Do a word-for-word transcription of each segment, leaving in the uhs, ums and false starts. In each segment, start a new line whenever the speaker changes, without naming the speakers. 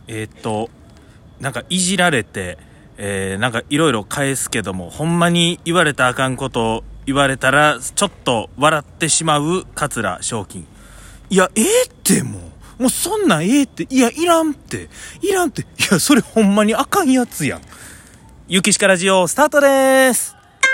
えー、っとなんかいじられて、えー、なんかいろいろ返すけども、ほんまに言われたらあかんことを言われたらちょっと笑ってしまう桂賞金。いやええってもうもうそんなんええって、いやいらんっていらんって、いやそれほんまにあかんやつやん。ゆきしかラジオスタートです。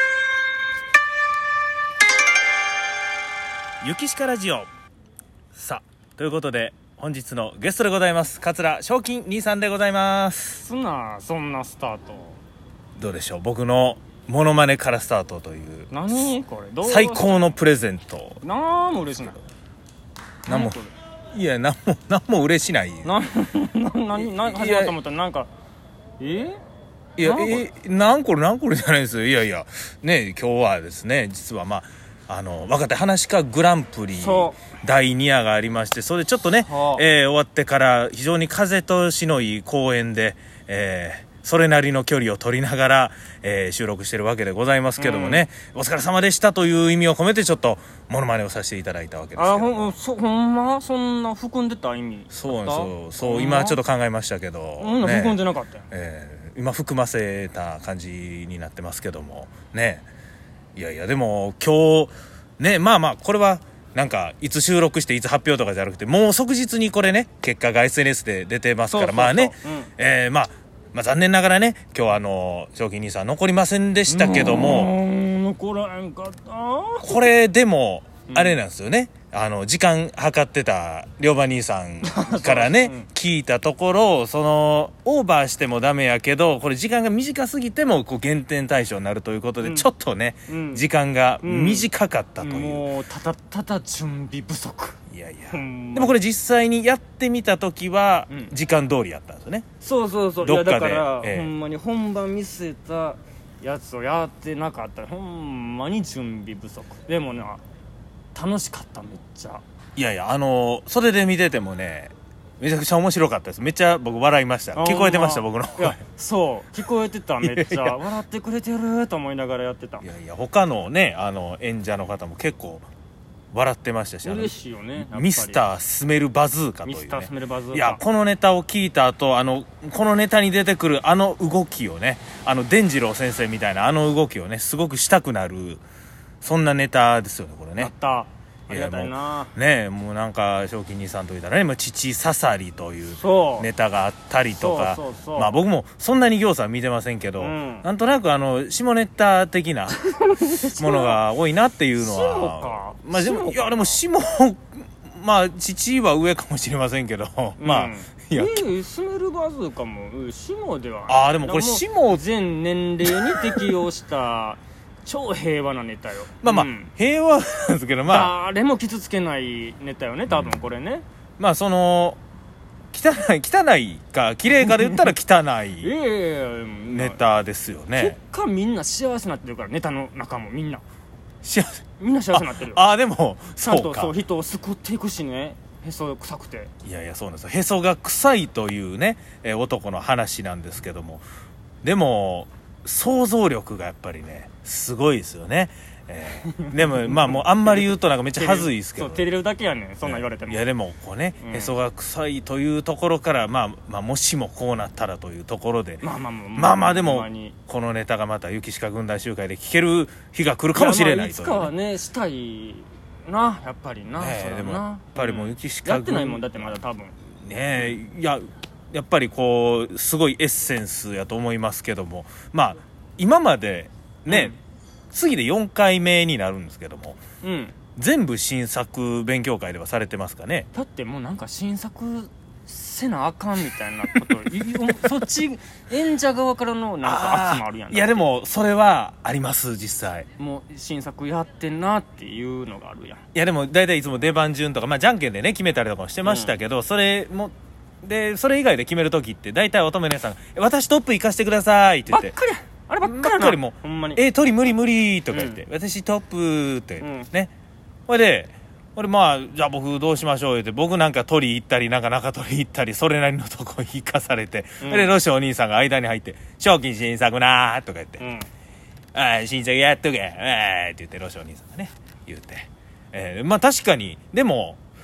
ゆきしかラジオ、さあということで本日のゲストでございます桂賞金兄さんでございます。
すなそんなスタート。
どうでしょう、僕のモノマネからスタートという
何これどう
最高のプレゼント。
なんも嬉しない。
なんもいやなんもなんも嬉しない。
なな何何始まったと思ったらなんかえ
いや
なん
えなんこれなんこれじゃないですよ。いやいやね、今日はですね、実はまああの若手噺家グランプリだいに夜がありまして、それちょっとね、
はあ
えー終わってから非常に風通しのいい公園で、えーそれなりの距離を取りながら、えー収録してるわけでございますけどもね、うん、お疲れ様でしたという意味を込めてちょっとモノマネをさせていただいたわけですけど。
あほんそほんまそんな含んでた意味。
そうそうそう、今ちょっと考えましたけど、
うん、ね、含んでなかったよ、
えー、今含ませた感じになってますけどもね。いやいやでも今日ね、まあまあこれはなんかいつ収録していつ発表とかじゃなくて、もう即日にこれね結果が エスエヌエス で出てますから、まあね、うん、えー、まあまあ残念ながらね今日はあの賞金兄さん残りませんでしたけども、
残らんかった。
これでもあれなんですよね、うん、あの時間計ってた龍馬兄さんからね、うん、聞いたところ、そのオーバーしてもダメやけどこれ時間が短すぎてもこう減点対象になるということで、うん、ちょっとね、うん、時間が短かったという、うん、
もうただただ準備不足。
いやいや、でもこれ実際にやってみた時は時間通りやったんですよね、
うん、そうそうそう。どっかで、いやだから、
ええ、
ほんまに本番見せたやつをやってなかったらほんまに準備不足。でもな楽しかった、めっちゃ。
いやいや、あのそれで見ててもねめちゃくちゃ面白かったです。めっちゃ僕笑いました。聞こえてました、僕の声。
そう聞こえてた、めっちゃ笑ってくれてると思いながらやってた。
いやいや他のねあの演者の方も結構笑ってましたし、
嬉しいよね、
ミスタースメルバズーカというね、
ミスタースメルバズーカ。
いやこのネタを聞いた後、あのこのネタに出てくるあの動きをね、あの伝次郎先生みたいなあの動きをねすごくしたくなる、そんなネタですよねこれね。
やった、ありがたいな。
もうね、もうなんか賞金兄さんといったらね、もう父刺さりというネタがあったりとか、
そうそうそう、
まあ僕もそんなにぎょうさん見てませんけど、うん、なんとなくあの下ネタ的なものが多いなっていうのはまあでもいやでも下まあ父は上かもしれませんけど、うん、まあ
いやスメルバズーカも下ではない。
ああでもこれ下
全年齢に適用した超平和なネタよ。
まあまあ、うん、平和なんですけど、まあ
誰も傷つけないネタよね多分これね、うん、
まあその汚い汚いか綺麗かで言ったら汚いネタですよね。
結果みんな幸せになってるから、ネタの中もみんな
幸せ、
みんな幸せになってるよ。
ああでも
ちゃんとそう人を救っていくしね。へそ臭くて、
いやいやそうなんですよ、へそが臭いというね、えー、男の話なんですけども、でも想像力がやっぱりねすごいですよね、えー、でもまあもうあんまり言うとなんかめっちゃ恥ずいですけど
そう照れるだけやねん、そんなん言われても、
いやでもこうね、うん、へそが臭いというところから、まあ、まあもしもこうなったらというところで、
まあまあまあ
まあまあでもこのネタがまた雪鹿軍団集会で聞ける日が来るかもしれないという、ね、
いつかはねしたいな、やっぱりな、
ね、
そらな。
でもやっぱりもう雪鹿軍団、
やってないもんだってまだ多分
ねえ、いややっぱりこうすごいエッセンスやと思いますけども、まあ今までね、うん、次でよんかいめになるんですけども、うん、全部新作勉強会ではされてますかね。
だってもうなんか新作せなあかんみたいなことそっち演者側からのなんか圧もあるやん。
いやでもそれはあります、実際
もう新作やってんなっていうのがあるやん。い
やでも大体いつも出番順とか、まあ、じゃんけんでね決めたりとかもしてましたけど、うん、それもでそれ以外で決めるときって大体乙女姉さんが私トップ行かせてくださいって言って
ばっかりあればっかり
ばっかりも
ほんまに
え取り無理無理とか言って、うん、私トップって、うん、ね、これで俺まあじゃあ僕どうしましょうって僕なんか取り行ったりなんか中取り行ったりそれなりのとこ行かされて、うん、でロシお兄さんが間に入って賞金新作なーとか言って、うん、ああ新作やっとけああって言ってロシお兄さんがね言って、えー、まあ確かにでも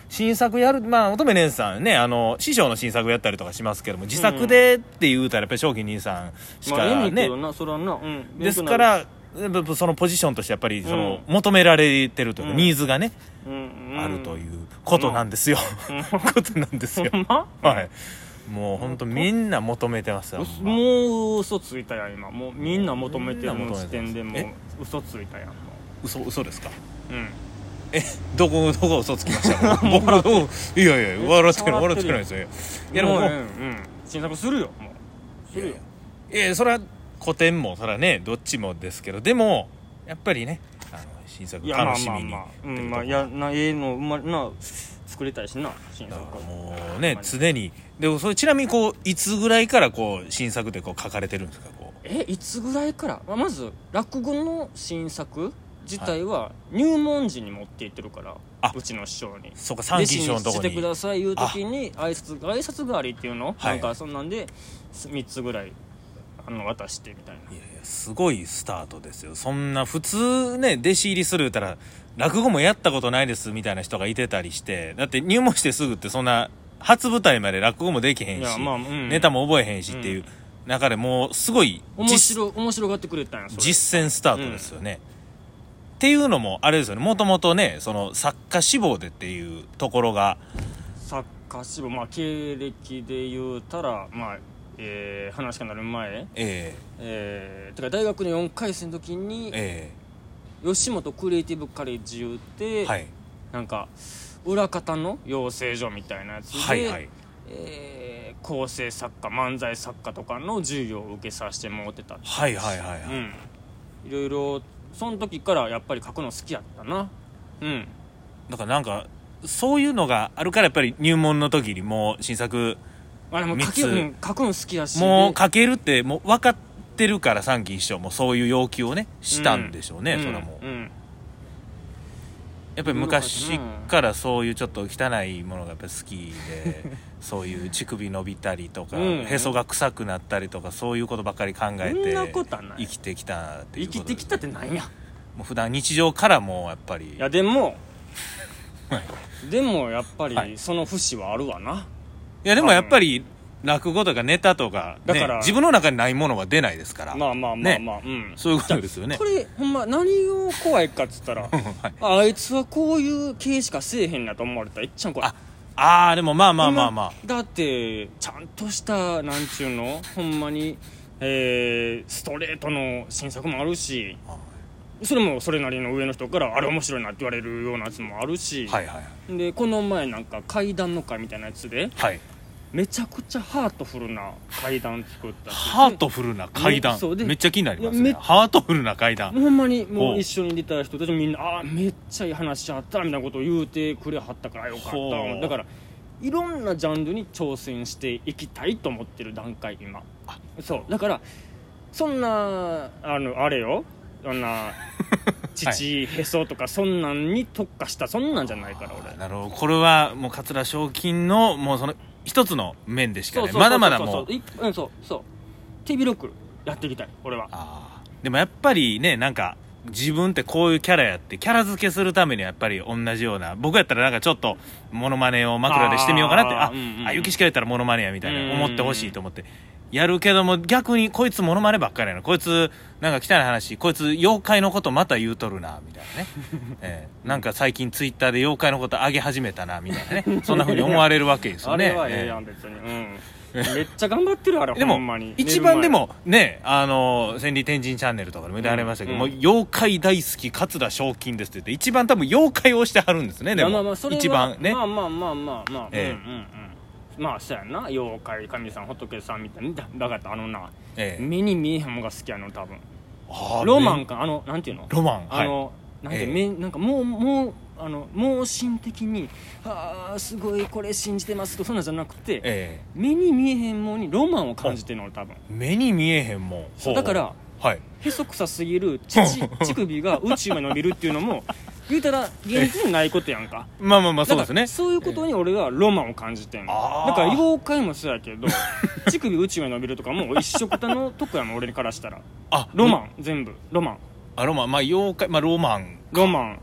新作やる、まあ乙女姉さんね、あの師匠の新作やったりとかしますけども、自作でって言うたらやっぱり正気兄さんしかね、
まあ、ええけどなそらな、うん、
ですからそのポジションとしてやっぱりその、うん、求められてるというか、うん、ニーズがね、うん、あるということなんですよ、うん、ことなんですよ、
ま、
はい、もう本当みんな求めてますよ。
もう嘘ついたやん今、もうみんな求めてるの時点でもう嘘ついたやん。もう
嘘嘘ですか。
うん。
え、どこどこ嘘つきましたか。僕はどう、いやいや笑ってない笑ってないですよ。
いやでも、うん、うん、新作するよもう。するよ。
いやいやそれは古典もそれはねどっちもですけど、でもやっぱりねあの新作楽しみに。
まあまあまあ、うん、まあやなええのうまな作りたいしな新作。
もうね常にでもそれちなみにこういつぐらいからこう新作でこう書かれてるんですか。こう
えいつぐらいから、まあ、まず落語の新作自体は入門時に持っていってるから、はい、うちの師匠に
そうか三期師匠のとこに
してくださいいう時に挨拶挨拶代わりっていうの、はい、なんかそんなんでみっつぐらいあの渡してみたいな。
いやいやすごいスタートですよ。そんな普通ね弟子入りする言ったら落語もやったことないですみたいな人がいてたりして、だって入門してすぐってそんな初舞台まで落語もできへんし、まあうん、ネタも覚えへんしっていう中でもうすごい
面白面白がってくれたんや。
実践スタートですよね、うん、っていうのもあれですよね、もともとねその作家志望でっていうところが
作家志望、まあ経歴で言うたらまあえー、話がなる前、えーえー、てか大学のよんかい生の時に、えー、吉本クリエイティブカレッジ言うて、はい、なんか裏方の養成所みたいなやつで、はいはいえー、構成作家漫才作家とかの授業を受けさせてもらってたって。
はいはいはいはい、
うん、いろいろその時からやっぱり書くの好きやったな。うん
だからなんかそういうのがあるからやっぱり入門の時にもう新作
あれも書け、うん、書くの好きやし
もう書けるってもう分かってるから三期一生もそういう要求をねしたんでしょうね、うん、それはもう、うん、やっぱり昔からそういうちょっと汚いものがやっぱり好きでそういう乳首伸びたりとか、うん、へそが臭くなったりとかそういうことばっかり考えて生きてきたっていうことで、
生きてきたってなんや
もう普段日常からもうやっぱり
いやでもでもやっぱりその節はあるわな、はい
いやでもやっぱり落語とかネタとか、ね、だから自分の中にないものは出ないですから
まあまあまあまあ、ねうん、
そういうことですよね。
これほんま何を怖いかっつったら、はい、あいつはこういう系しかせえへんなと思われたらいっちゃん怖い。
ああでもまあまあまあまあ
だってちゃんとしたなんちゅうのほんまに、えー、ストレートの新作もあるしそれもそれなりの上の人からあれ面白いなって言われるようなやつもあるし、はいはい、でこの前なんか怪談の会みたいなやつで、はい、めちゃくちゃハートフルな怪談作った
ハートフルな怪談めっちゃ気になりますね。ハートフルな怪談
ほんまにもう一緒に出た人たちもみんなあめっちゃいい話あったみたいなことを言うてくれはったからよかっただからいろんなジャンルに挑戦していきたいと思ってる段階今。あそうだからそんなあのあれよそんな父へそとかそんなんに特化したそんなんじゃないから俺。
なるほどこれはもう桂賞金のもうその一つの面でしかないまだまだもう
うんそうそう手広くやっていきたい俺は。
あでもやっぱりねなんか自分ってこういうキャラやってキャラ付けするためにはやっぱり同じような僕やったらなんかちょっとモノマネを枕でしてみようかなってああ、うんうん、あゆきしかやったらモノマネやみたいな思ってほしいと思ってやるけども逆にこいつモノマネばっかりやなこいつなんか汚い話こいつ妖怪のことまた言うとるなみたいなね、えー、なんか最近ツイッターで妖怪のこと上げ始めたなみたいなねそんな風に思われるわけですよね。
あれはええやん別に、うんめっちゃ頑張ってるあれ
でも
ほんまに
一番でもねあの千里天神チャンネルとかでも言われましたけど、うん、もう妖怪大好き桂賞金ですって言って一番多分妖怪をしてはるんですね。でも、まあまあそれは一番ね
まあまあまあまあまあ、えー、うんうんうんまあそうやな妖怪神さん仏さんみたいなだからあのな、ええ、目に見えへんもんが好きやの多分ロマンかあのなんていうの
ロマン
あの、はい、なんて、ええ、目なんかもうもうあの盲信的にあすごいこれ信じてますとそんなんじゃなくて、ええ、目に見えへんもんにロマンを感じてるの俺多分
目に見えへんもん
そうだからはい、へそくさすぎる乳乳首が宇宙まで伸びるっていうのも言うたら現実にないことやんか
まあまあまあそうですね
そういうことに俺はロマンを感じてんの、えー、だから妖怪もそうやけど乳首宇宙まで伸びるとかも一緒くたのとこやもん俺からしたらあロマン全部ロマン
あロマンまあ妖怪まあロマン
ロマン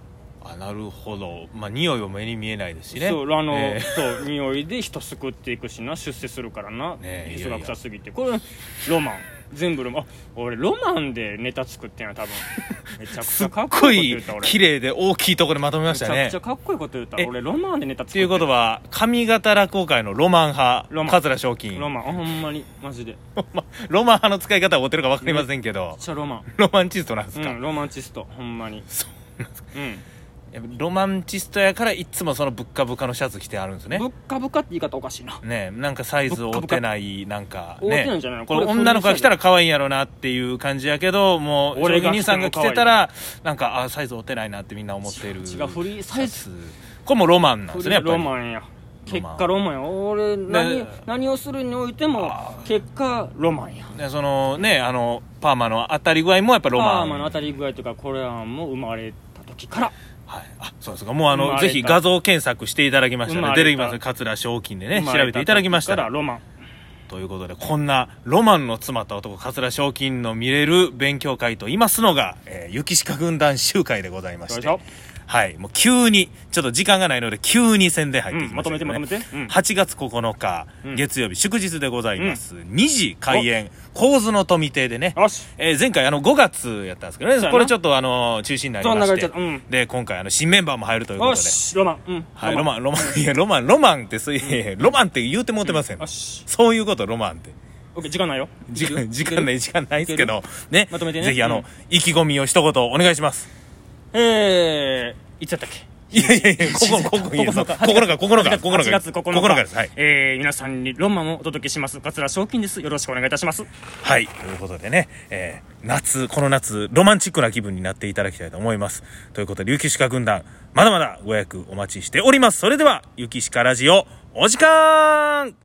あ、なるほど。まあ匂いは目に見えないですしね。
そうあの、
えー、
そう匂いで人救っていくしな、出世するからな、
ね、
人が臭すぎて。これロマン、全部ロマン。あ、俺ロマンでネタ作ってんや多分。めちゃくちゃかっこいいこと言った俺。
綺麗で大きいところでまとめましたね。
めちゃくちゃかっこいいこと言った。俺ロマンでネタ作って。
ということは上方落語界のロマン派、ロマン桂正金。
ロマン、ほんまにマジで。
ロマン派の使い方は合ってるか分かりませんけど。
めっちゃロマン。
ロマンチストなんですか。
うん、ロマンチスト、ほんまに。
そうなんですか。
うん。
ロマンチストやからいつもそのブッカブカのシャツ着てあるんですね。
ブッカブカって言い方おかしいな。
ね、なんかサイズ合ってないなんかね。
合ってないんじゃないの。
これ女の子が着たら可愛いんやろうなっていう感じやけど、もう俺が兄さんが着てたらなんかあサイズ合ってないなってみんな思ってる。
違う、フリーサイズ。
これもロマンなんですね。やっぱり
ロマンや。結果ロマンや。俺何何をするにおいても結果ロマンや。
でそのねあのパーマの当たり具合もやっぱロマン。
パーマの当たり具合というかこれはもう生まれた時から。
はい、あそうですか。もうあのぜひ画像検索していただきましたら出てきます。桂正金でね調べていただきましたら
ロマン
ということで、こんなロマンの詰まった男桂正金の見れる勉強会と言いますのが、えー、雪鹿軍団集会でございまして、はい、もう急にちょっと時間がないので急に宣伝入ってきました、ね、
うん、まとめてまとめて、うん、
はちがつここのか、うん、月曜日祝日でございます、うん、にじ開演構図の富亭でね、えー、前回あのごがつやったんですけどね、これちょっとあの中止になりまして、うん、で今回あの新メンバーも入るということで、
ロマン、うん、
はい、ロマンロマンいやロマンロマンってそういう、うん、ロマンって言うてもうてません、うん、そういうことロマンって
オッケー、時間ないよ。
時間時間ない時間ないですけどね、
まとめてね、
ぜひあの、うん、意気込みを一言お願いします。
えー、いつやったっけ。
いやいやいや、ここ、ここ、ここのか、ここのか、ここのか、ここのか、
はちがつここのか、
ここのかです。はい。
えー、皆さんにロマンをお届けします。桂正金です。よろしくお願いいたします。
はい。ということでね、えー、夏、この夏、ロマンチックな気分になっていただきたいと思います。ということで、雪鹿軍団、まだまだご予約お待ちしております。それでは、雪鹿ラジオ、お時間